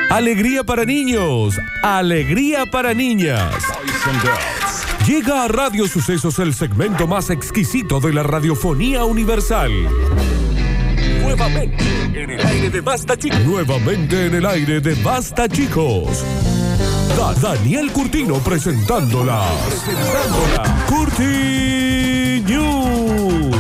Alegría para niños, alegría para niñas. Llega a Radio Sucesos el segmento más exquisito de la radiofonía universal. Nuevamente en el aire de Basta Chicos. Nuevamente en el aire de Basta Chicos. Daniel Curtino presentándola. Curti News.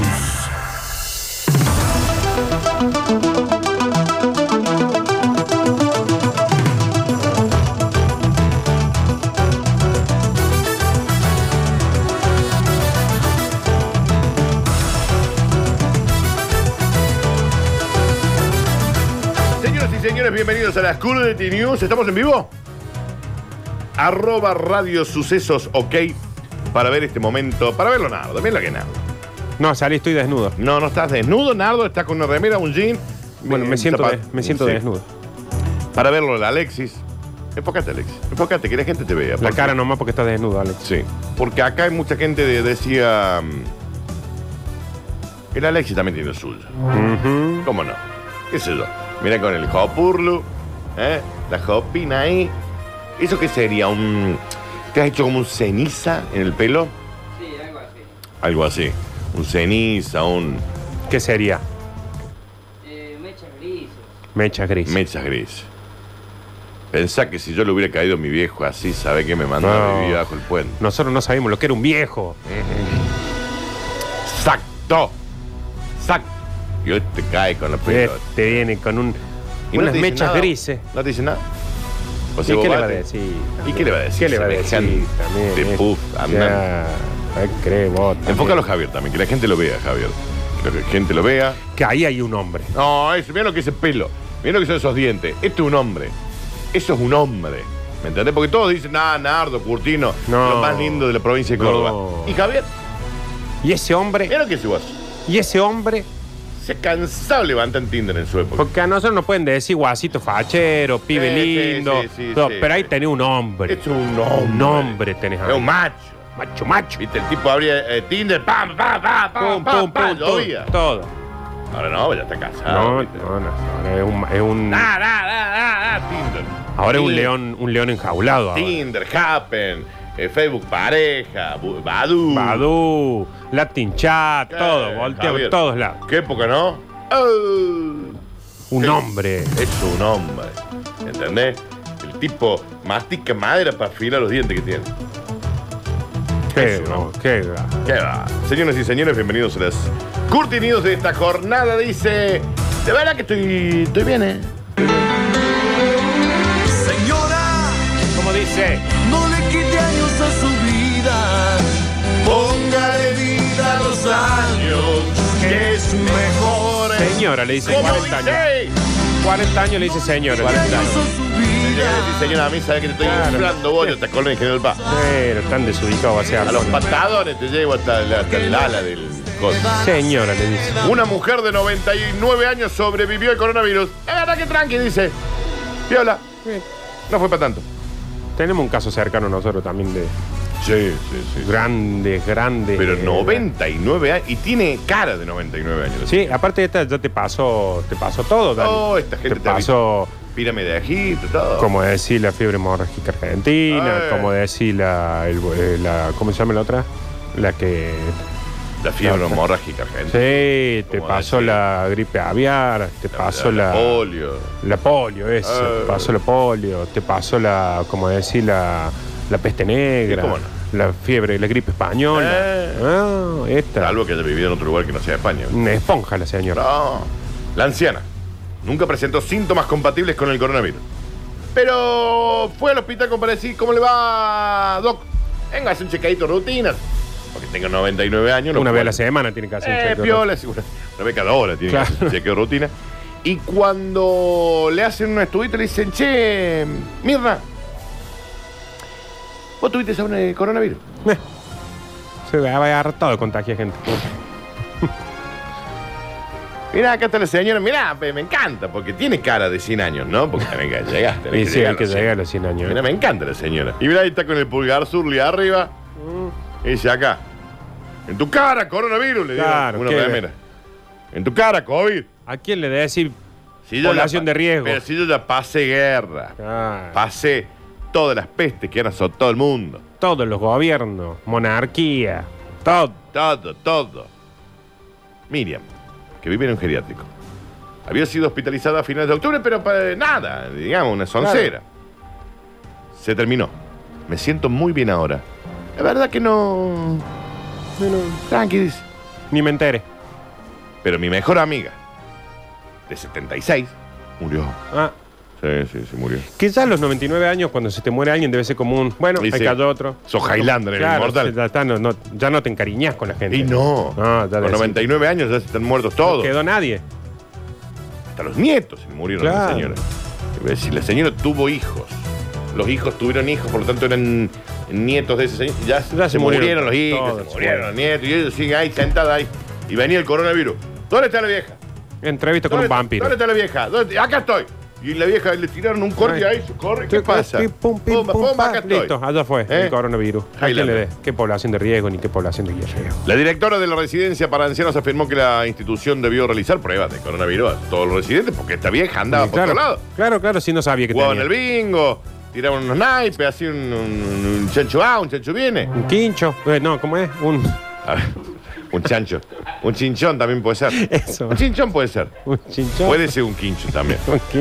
Señores, bienvenidos a las Curti News. ¿Estamos en vivo? @Radio Sucesos, ok. Para ver este momento, para verlo, Nardo. Mira que Nardo. No, salí, estoy desnudo. No estás desnudo, Nardo. Estás con una remera, un jean. Bueno, me siento desnudo. Para verlo, la Alexis. Enfócate, Alexis. Enfócate, que la gente te vea. La cara nomás porque estás desnudo, Alex. Sí. Porque acá hay mucha gente decía. El Alexis también tiene el suyo. ¿Cómo no? ¿Qué sé yo? Mira con el jopurlu, la jopina ahí. ¿Eso qué sería? ¿Te has hecho como un ceniza en el pelo? Sí, algo así. Algo así. Un ceniza, ¿Qué sería? Mechas grises. Mechas grises. Mechas grises. Pensá que si yo le hubiera caído a mi viejo así, ¿sabe qué me mandaba a vivir bajo el puente? Nosotros no sabíamos lo que era un viejo. ¡Exacto! ¡Exacto! Y hoy te cae con la pelota. Te viene con ¿Y unas no te dice mechas nada? grises. ¿No te dice nada? O ¿Y sea, qué vos le va a vas- decir? ¿Y qué le va a decir? ¿Qué le va a decir Semejante también? puff, andando. Ya, cree vos también. Enfócalo, Javier, también, que la gente lo vea, Javier. Que la gente lo vea. Que ahí hay un hombre. No, mira lo que es ese pelo. Mira lo que son esos dientes. Esto es un hombre. Eso es un hombre. ¿Me entendés? Porque todos dicen, Nardo, Curtino, No. lo más lindo de la provincia de Córdoba. No. Y Javier, Y ese hombre, mira lo que es vos. se Se ha cansado de levantar en Tinder en su época. porque a nosotros nos pueden decir guasito fachero, pibe Sí, lindo, sí, todo, sí, pero ahí sí. tenés un hombre. Esto es un hombre. Un hombre tenés ahí. Es un macho. Macho. Viste, el tipo abría Tinder, pam, llovía. Todo. Ahora no, ya está casado. No, ¿viste? ahora es un Tinder. ahora es Tinder. un león enjaulado. ahora. Tinder, Happen, Facebook Pareja, Badoo. Badoo, Latin Chat, todo, volteo Javier. por todos lados. ¿Qué época, no? Un Sí. hombre. Es un hombre. ¿Entendés? El tipo mastica madera para afilar los dientes que tiene. Qué, Eso, ¿no? qué. ¿Qué va? Señoras y señores, bienvenidos a las Curti News de esta jornada. Dice, de verdad que estoy bien, ¿eh? Señora, ¿Cómo dice? no le quite años a su vida. Póngale vida a los años, que es mejor. Señora, le dice ¿Cómo 40 años. dice? 40 años le dice señora. 40 años. Años a su vida. Señora, a mí sabe que te estoy Claro. inflando bollo, te acordás en General Paz. Pero tan desubicado va a ser. A los patadones te llevo hasta el ala del coche. Señora, le dice. Una mujer de 99 años sobrevivió al coronavirus. Es verdad que tranqui, dice. Piola. No fue para tanto. Tenemos un caso cercano nosotros también de Sí. grandes. Pero 99 años. Y tiene cara de 99 años. Sí, aparte de esta ya te pasó todo, Dani. Oh, esta gente te te pasó, Pírame de Egipto, todo. como decir, la fiebre hemorrágica argentina, como decir ¿cómo se llama la otra? La que... La fiebre hemorrágica argentina. Sí, te Como pasó decir, la gripe aviar, te pasó la polio. polio, te pasó la polio, te pasó como decir, la peste negra, ¿Y cómo no? la fiebre, la gripe española. Esta. Algo que haya vivido en otro lugar que no sea España. Una esponja la señora. No. La anciana nunca presentó síntomas compatibles con el coronavirus. Pero fue al hospital para decir, ¿cómo le va, doc? Venga, hace un checadito de rutinas. Porque tengo 99 años. Una vez a la semana tiene que hacer un chequeo. Piola, sí, una vez cada hora tiene Claro. que hacer un chequeo de rutina. Y cuando le hacen un estudito le dicen, che, Mirna, ¿vos tuviste ese coronavirus? Se va a agarrar todo, contagia gente. Mirá, acá está la señora. Mirá, me encanta, porque tiene cara de 100 años, ¿no? Porque tenés que llegar, tenés Y que sí, llegar hay que a los 100. llegar a los 100 años. Mirá, me encanta la señora. Y mirá, ahí está con el pulgar surli arriba. Y dice acá, en tu cara, coronavirus, le digo Claro, una ¿qué? remera. En tu cara, COVID. ¿A quién le debe decir Si yo Población de riesgo. Pero si yo ya pasé guerra, Ah, pasé todas las pestes que han azotado el mundo. todos los gobiernos, monarquía, todo. Todo. Miriam, que vive en un geriátrico, había sido hospitalizada a finales de octubre, pero para nada, digamos, una soncera. Se terminó. Me siento muy bien ahora. La verdad que no. Tranqui, dice. Ni me entere. Pero mi mejor amiga, de 76, murió. Ah, Sí, murió. que ya a los 99 años, cuando se te muere alguien, debe ser común. Bueno, Y ahí sí. cayó otro. Sos Highlander, el Claro, inmortal. ya, está, ya no te encariñás con la gente. Y no. No, ya Con decís. 99 años ya se están muertos No todos. quedó nadie. Hasta los nietos se le murieron a la Claro. señora. Si la señora tuvo hijos, los hijos tuvieron hijos, por lo tanto eran nietos de ese señor. Ya se murieron los hijos, todos, se murieron los nietos, y ellos siguen ahí sentados ahí. Y venía el coronavirus. ¿Dónde está la vieja? Entrevista con un vampiro. ¿Dónde está la vieja? Acá estoy. Y la vieja le tiraron un corte Ay. ahí, se corre. ¿Qué pasa? Pum, Pumba, acá estoy. Listo, allá fue ¿Eh? el coronavirus. ¿A quién Highlander. le dé? ¿Qué población de riesgo ni qué población de guerrero? La directora de la residencia para ancianos afirmó que la institución debió realizar pruebas de coronavirus a todos los residentes porque esta vieja andaba por claro, todos lados. claro, sí no sabía que Jugaban tenía. el bingo, tiraban unos naipes, hacían un chancho va, un chancho viene. Un quincho. No, ¿cómo es? A ver, un chancho. Un chinchón también puede ser. Eso. Un chinchón puede ser. Un chinchón. Puede ser un quincho también.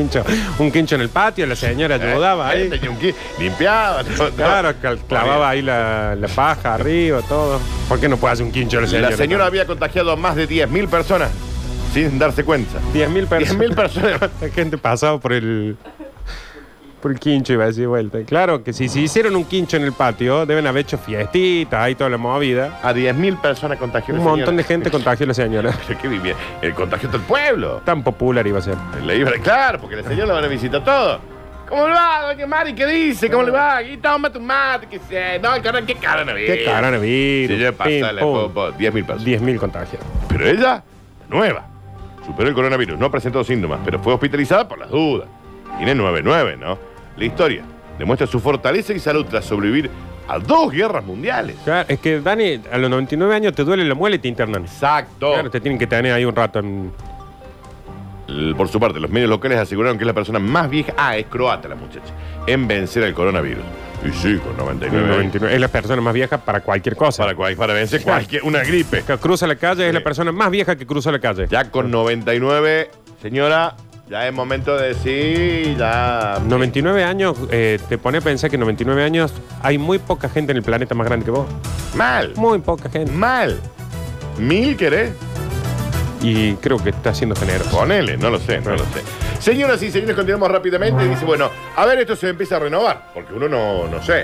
Un quincho en el patio, la señora ayudaba ahí. Tenía limpiaba. Claro, clavaba ahí la paja arriba, todo. ¿Por qué no puede hacer un quincho la señora? La señora había contagiado a más de 10.000 personas sin darse cuenta. 10.000 personas. 10.000 personas. La gente pasaba por el quincho y va a decir vuelta. Claro que si hicieron un quincho en el patio, deben haber hecho fiestitas, ahí toda la movida. A 10.000 personas contagió Un la montón de señora. gente contagió a la señora. Pero qué vivía. El contagio todo el pueblo. Tan popular iba a ser. Claro, porque la señora la van a visitar todo. ¿Cómo le va, doña Mari? ¿Qué dice? ¿Cómo le va? Aquí toma tu mate, que sé. No, ¿qué coronavirus? Qué coronavirus. Sí, ya Pim, pasa, pum. 10.000 personas. 10.000 contagios. Pero ella, nueva, superó el coronavirus, no presentó síntomas, pero fue hospitalizada por las dudas. Tiene 99, ¿no? La historia demuestra su fortaleza y salud tras sobrevivir a 2 guerras mundiales. Claro, es que, Dani, a los 99 años te duele la muela y te internan. Exacto. Claro, te tienen que tener ahí un rato en... Por su parte, los medios locales aseguraron que es la persona más vieja, es croata la muchacha, en vencer el coronavirus. Y sí, con 99 años. 99. Es la persona más vieja para cualquier cosa. Para vencer una gripe. Que cruza la calle, es Sí. la persona más vieja que cruza la calle. Ya con 99, señora, ya es momento de decir, ya... 99 años, te pone a pensar que en 99 años hay muy poca gente en el planeta más grande que vos. Mal, Muy poca gente. mal. ¿1000 querés? Y creo que está siendo generoso. Ponele, no lo sé. Señoras y señores, continuamos rápidamente. Dice, bueno, a ver, esto se empieza a renovar. Porque uno no sé.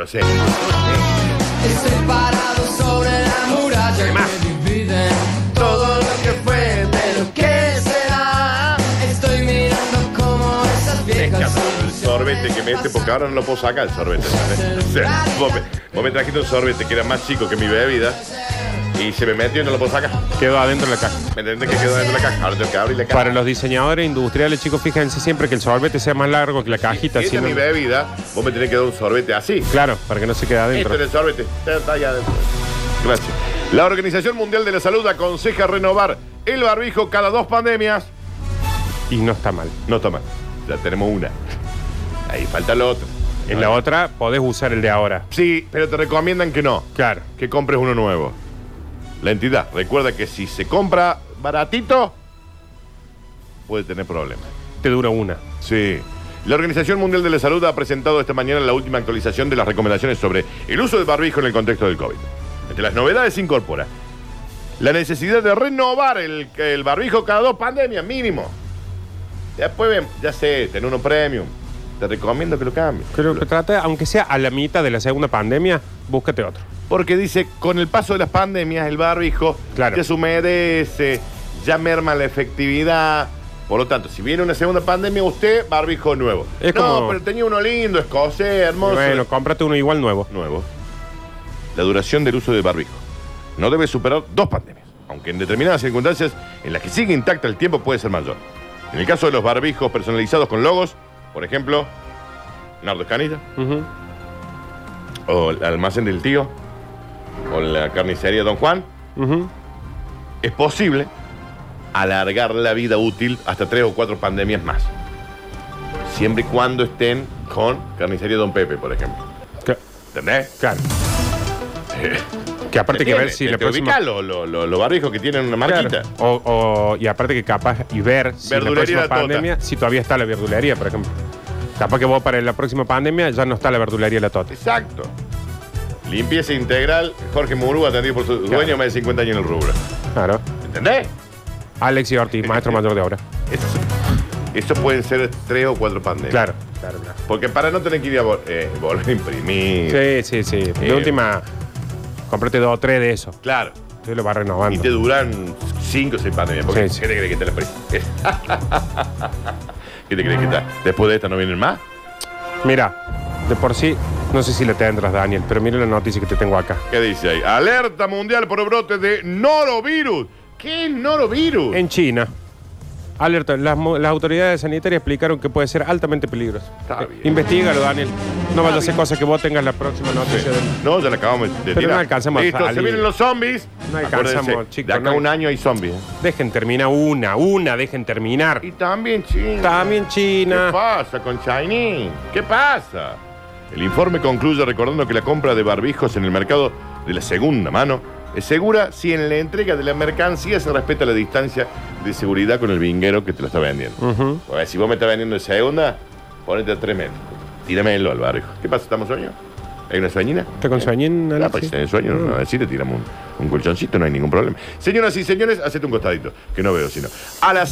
Estoy parado sobre la muralla que divide todo lo que fue de lo que será. Estoy mirando como esas viejas El sorbete que mete, porque ahora no lo puedo sacar el sorbete. ¿sabes? O sea, vos me trajiste un sorbete que era más chico que mi bebida y se me metió y no lo puedo sacar. Quedó adentro de la caja. ¿Me entendés que quedó dentro de la caja? Ahora tengo que abrir la caja. Para los diseñadores industriales, chicos, fíjense siempre que el sorbete sea más largo que la cajita. Si esta si es no- mi bebida, vos me tenés que dar un sorbete así. Claro, para que no se quede adentro. Esto es el sorbete. Está allá adentro. Gracias. La Organización Mundial de la Salud aconseja renovar el barbijo cada 2 pandemias. Y no está mal. No está mal. Ya tenemos una. Ahí falta la otra. En la otra podés usar el de ahora. Sí, pero te recomiendan que no. Claro. Que compres uno nuevo. La entidad recuerda que si se compra baratito, puede tener problemas. Te dura una. Sí. La Organización Mundial de la Salud ha presentado esta mañana la última actualización de las recomendaciones sobre el uso del barbijo en el contexto del COVID. Entre las novedades se incorpora la necesidad de renovar el barbijo cada 2 pandemias mínimo. Después ven, ya sé, tener uno premium. Te recomiendo que lo cambies. Creo que trata, aunque sea a la mitad de la segunda pandemia, búscate otro. Porque dice, con el paso de las pandemias, el barbijo Claro. ya se humedece, ya merma la efectividad. Por lo tanto, si viene una segunda pandemia, usted, barbijo nuevo. Es no, como- pero tenía uno lindo, escocés, hermoso. Bueno, cómprate uno igual nuevo. Nuevo. La duración del uso del barbijo no debe superar 2 pandemias, aunque en determinadas circunstancias en las que sigue intacta el tiempo puede ser mayor. En el caso de los barbijos personalizados con logos, por ejemplo, Nardo Escanilla, Ujú. o el almacén del tío, o la carnicería Don Juan, Ujú. es posible alargar la vida útil hasta 3 o 4 pandemias más. Siempre y cuando estén con Carnicería Don Pepe, por ejemplo. ¿Entendés? Claro. Que aparte que ver si la próxima... los barbijos que tienen una marquita. Claro. Y aparte que capaz y ver si la próxima pandemia, si todavía está la verdulería, por ejemplo. Capaz que vos para la próxima pandemia ya no está la verdulería La Tota. Exacto. Limpieza integral, Jorge Murúa, atendido por su dueño, más de 50 años en el rubro. Claro. ¿Entendés? Alexis Ortiz, maestro mayor de obra. Eso pueden ser 3 o 4 pandemias. Claro. Porque para no tener que ir a volver a imprimir. Sí. De última, comprate 2 o 3 de eso. Claro. Yo lo va renovando. Y te duran 5 o 6 pandemias. Porque Sí. ¿qué te crees que te la ¿Qué te crees que está? Después de esta no vienen más. Mira, de por sí, no sé si le tendrás, Daniel, pero mira la noticia que te tengo acá. ¿Qué dice ahí? Alerta mundial por brote de norovirus. ¿Qué es norovirus? En China, alerta, las autoridades sanitarias explicaron que puede ser altamente peligroso. Está bien. Investígalo, Daniel. No vaya a ser cosa que vos tengas la próxima noticia. No, ya la acabamos de Pero tirar. no alcanzamos a Listo, se salir. vienen los zombies. No alcanzamos, Acuérdense, chicos, de acá a no. un año hay zombies. Dejen terminar una, dejen terminar. Y también China. También ¿Qué China. pasa con Chinese? ¿Qué pasa? El informe concluye recordando que la compra de barbijos en el mercado de la segunda mano es segura si en la entrega de la mercancía se respeta la distancia de seguridad con el vinguero que te lo está vendiendo. A ver, si vos me estás vendiendo de segunda, ponete a 3 metros. Tíramelo al barbijo. ¿Qué pasa? ¿Estamos sueños? ¿Hay una sueñina? ¿Está con sueñín, Ah, Alexis? pues si tenés sueño, no, así te tiramos un colchoncito, no hay ningún problema. Señoras y señores, hacete un costadito, que no veo sino. A las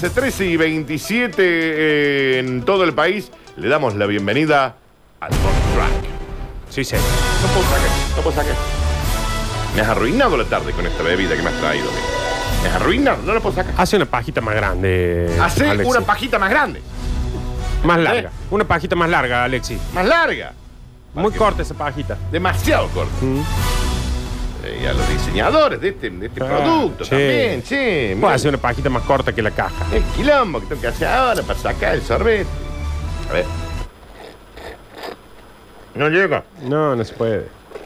13:27 en todo el país, le damos la bienvenida al Bonus Track. Sí, sí. No puedo sacar. Me has arruinado la tarde con esta bebida que me has traído. amigo. Me has arruinado, no la puedo sacar. Hace una pajita más grande. Hace Alexis. una pajita más grande, Más larga. Una pajita más larga, Alexis. más larga. Muy que- corta esa pajita. Demasiado corta. Y a los diseñadores de este producto sí. también, sí. Puedo hacer una pajita más corta que la caja. El quilombo que tengo que hacer ahora para sacar el sorbete. A ver. No llega. No se puede.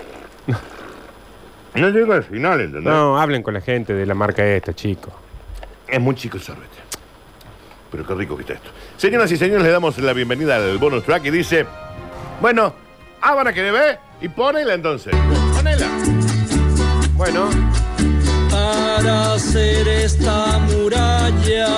No llega al final, ¿entendés? No, hablen con la gente de la marca esta, chico. Es muy chico el sorbete. Pero qué rico que está esto. Señoras y señores, le damos la bienvenida al bonus track y dice: bueno, van a querer ver y ponela entonces. Ponela. Bueno, Para hacer esta muralla,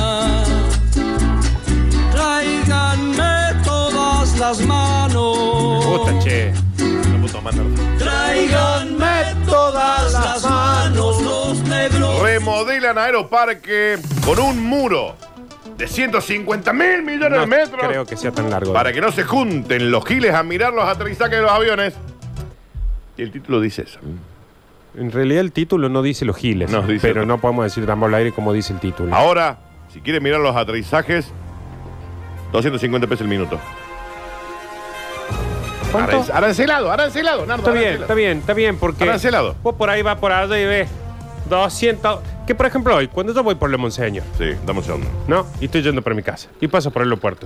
tráiganme todas las manos. puta, che. No puedo tomar nada. Tráiganme todas las manos, los negros. Remodelan Aeroparque con un muro de 150.000 millones No de metros. creo que sea tan largo. Para que no se junten los giles a mirar los aterrizajes de los aviones. Y el título dice eso. En realidad el título no dice los giles, No, dice pero otro. no podemos decir tambor al aire como dice el título. Ahora, si quieren mirar los aterrizajes, 250 pesos el minuto. ¿Cuánto? Arancelado, Nardo. Está bien, porque Arancelado. vos por ahí va por allá y ves 200. Que por ejemplo hoy, cuando yo voy por Le Monseñor, Sí, dame un segundo. ¿no? Y estoy yendo para mi casa y paso por el aeropuerto.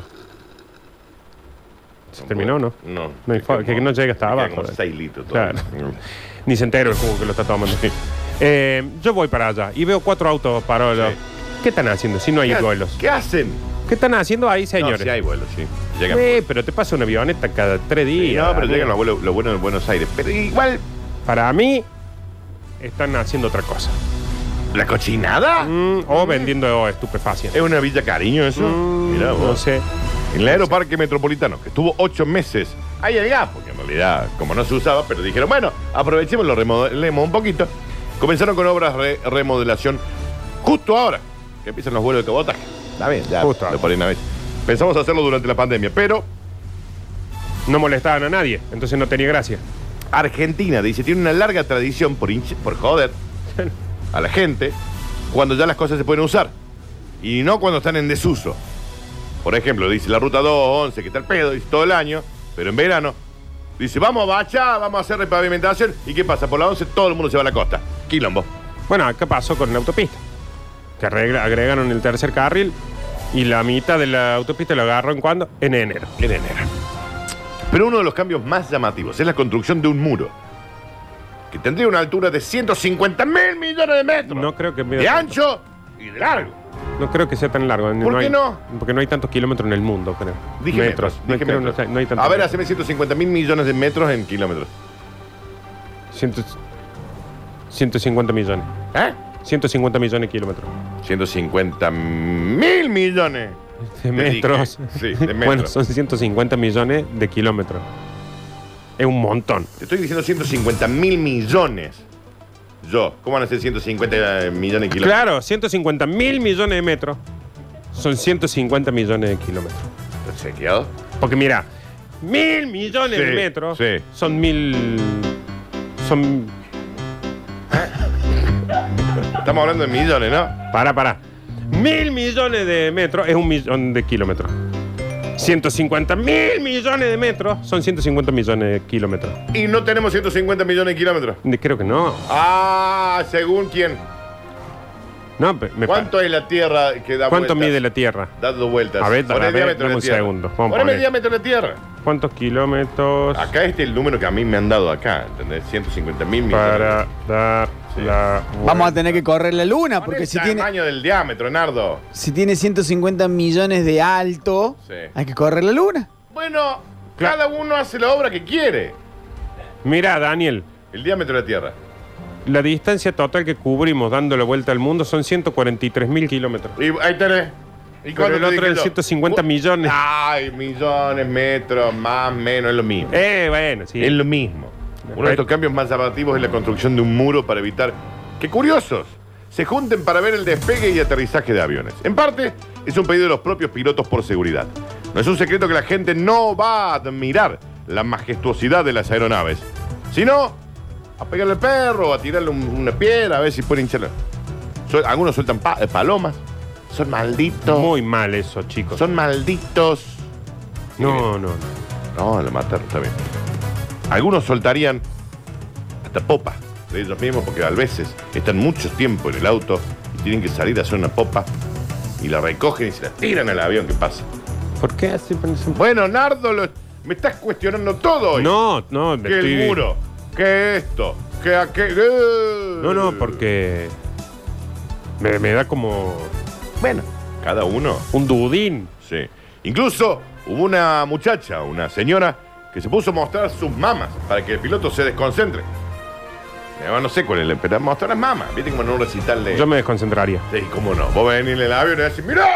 ¿Se terminó o no? No. No hay que no llegue hasta Me quedan abajo. como 6 litros. Claro. todavía. Ni se entera el jugo que lo está tomando. Yo voy para allá y veo 4 autos parados. Sí. ¿Qué están haciendo si no hay vuelos? ¿Qué hacen? ¿Qué están haciendo ahí, señores? No, sí hay vuelos, sí. Llegan. Pero te pasa una avioneta cada 3 Sí, días. no, pero Daniel. llegan los buenos de Buenos Aires. Pero igual, Para mí, están haciendo otra cosa. ¿la cochinada? O vendiendo estupefacientes. ¿Es una villa cariño eso? Mirá vos. No sé. En el Aeroparque Metropolitano, que estuvo 8 meses, ahí el gas, porque en realidad, como no se usaba, pero dijeron, bueno, aprovechemos, lo remodelemos un poquito. Comenzaron con obras de remodelación justo ahora, que empiezan los vuelos de cabotaje. Está bien, ya, Justo lo ahora. ponen a ver. Pensamos hacerlo durante la pandemia, pero No molestaban a nadie, entonces no tenía gracia. Argentina, dice, tiene una larga tradición por joder a la gente cuando ya las cosas se pueden usar y no cuando están en desuso. Por ejemplo, dice la ruta 211 que está el pedo, dice todo el año, pero en verano dice, vamos a bachar, vamos a hacer repavimentación. ¿Y qué pasa? Por la 11 todo el mundo se va a la costa. Quilombo. Bueno, acá pasó con la autopista. Que agregaron el tercer carril y la mitad de la autopista lo agarró ¿en cuándo? En enero. En enero. Pero uno de los cambios más llamativos es la construcción de un muro que tendría una altura de 150.000 millones de metros. No creo que de ancho y de largo. No creo que sea tan largo. ¿Por qué no? Porque no hay tantos kilómetros en el mundo, creo. Dije metros. No, Dije creo metros. no hay tantos. A ver, haceme 150 mil millones de metros en kilómetros. 150 millones. ¿Eh? 150 millones de kilómetros. 150 mil millones De Te metros. dije. Sí, de metros. Bueno, son 150 millones de kilómetros. Es un montón. Te estoy diciendo 150 mil millones. ¿Cómo van a ser 150 millones de kilómetros? Claro, 150 mil millones de metros son 150 millones de kilómetros. ¿Estás chequeado? Porque mira, 1.000 millones Sí, de metros sí. son 1.000. Son. Estamos hablando de millones, ¿no? Para. 1.000 millones de metros es 1 millón de kilómetros. 150 mil millones de metros son 150 millones de kilómetros. Y no tenemos 150 millones de kilómetros. Creo que no. Ah, ¿según quién? No, ¿Cuánto es la Tierra que da ¿Cuánto vueltas? mide la Tierra? Dando vueltas. A ver, Pon el diámetro de dame la un Tierra. segundo. Vamos a Poneme poner. el diámetro de la Tierra. ¿Cuántos kilómetros Acá este es el número que a mí me han dado acá, ¿entendés? 150 mil millones. para dar Sí. la Vamos a tener que correr la luna, Pon porque el si tiene, tamaño del diámetro, Nardo. si tiene 150 millones de alto, Sí. hay que correr la luna. Bueno, cada uno hace la obra que quiere. Mira, Daniel, El diámetro de la Tierra. la distancia total que cubrimos dando la vuelta al mundo son 143.000 kilómetros. Y ahí tenés. ¿Y Pero cuánto el te otro dije es yo? 150 millones. Ay, millones, metros, más, menos, es lo mismo. Bueno, sí. Es lo mismo. Uno de estos cambios más llamativos es la construcción de un muro para evitar que curiosos se junten para ver el despegue y aterrizaje de aviones. En parte, es un pedido de los propios pilotos por seguridad. No es un secreto que la gente no va a admirar la majestuosidad de las aeronaves, sino a pegarle al perro o a tirarle una piedra a ver si pueden hincharla. Algunos sueltan palomas. Son malditos. Muy mal eso, chicos. Son malditos. No. No, lo mataron, está bien. Algunos soltarían hasta popa de ellos mismos porque a veces están mucho tiempo en el auto y tienen que salir a hacer una popa y la recogen y se la tiran al avión. ¿Qué pasa? ¿Por qué así? Bueno, Nardo, me estás cuestionando todo hoy. No, Que el muro, que esto, que aquel. No, porque me da como Bueno, cada uno. un dudín. Sí. Incluso hubo una muchacha, una señora, que se puso a mostrar sus mamas para que el piloto se desconcentre. No sé cuál es el, pero mostrar las mamas. Viste como en un recital de. Yo me desconcentraría. Sí, cómo no. Vos venís en el avión y decís, ¡mirá!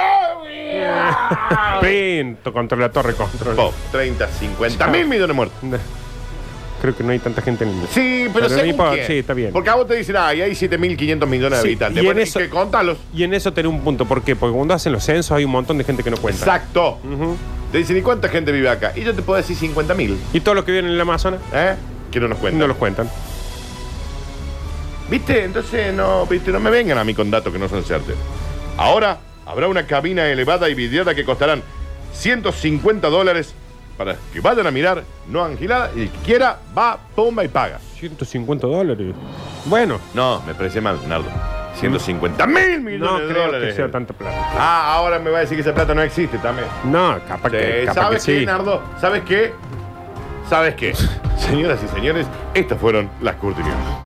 Pinto contra la torre control. Pop, 30, 50 mil millones de muertos. Creo que no hay tanta gente en el mundo. Sí, pero no según importa, quién. sí, está bien. Porque a vos te dicen, hay 7.500 millones de Sí, habitantes. y en Bueno, eso- que contalos. Y en eso tenés un punto. ¿Por qué? Porque cuando hacen los censos hay un montón de gente que no cuenta. Exacto. Ujú. Te dicen, ¿y cuánta gente vive acá? Y yo te puedo decir 50.000. Y todos los que viven en el Amazonas Que no nos cuentan. no los cuentan. ¿Viste? Entonces, no me vengan a mí con datos que no son certeros. Ahora habrá una cabina elevada y vidriada que costarán $150 para que vayan a mirar, no angilada, y el que quiera va, pumba y paga. $150. Bueno, No, me parece mal, Nardo. 150 mil millones no de creo dólares. que sea tanta plata. Ah, ahora me va a decir que esa plata no existe también. No, capaz que ¿Sabes qué, sí. Nardo? ¿Sabes qué? ¿Sabes qué? Señoras y señores, estas fueron las Curti News.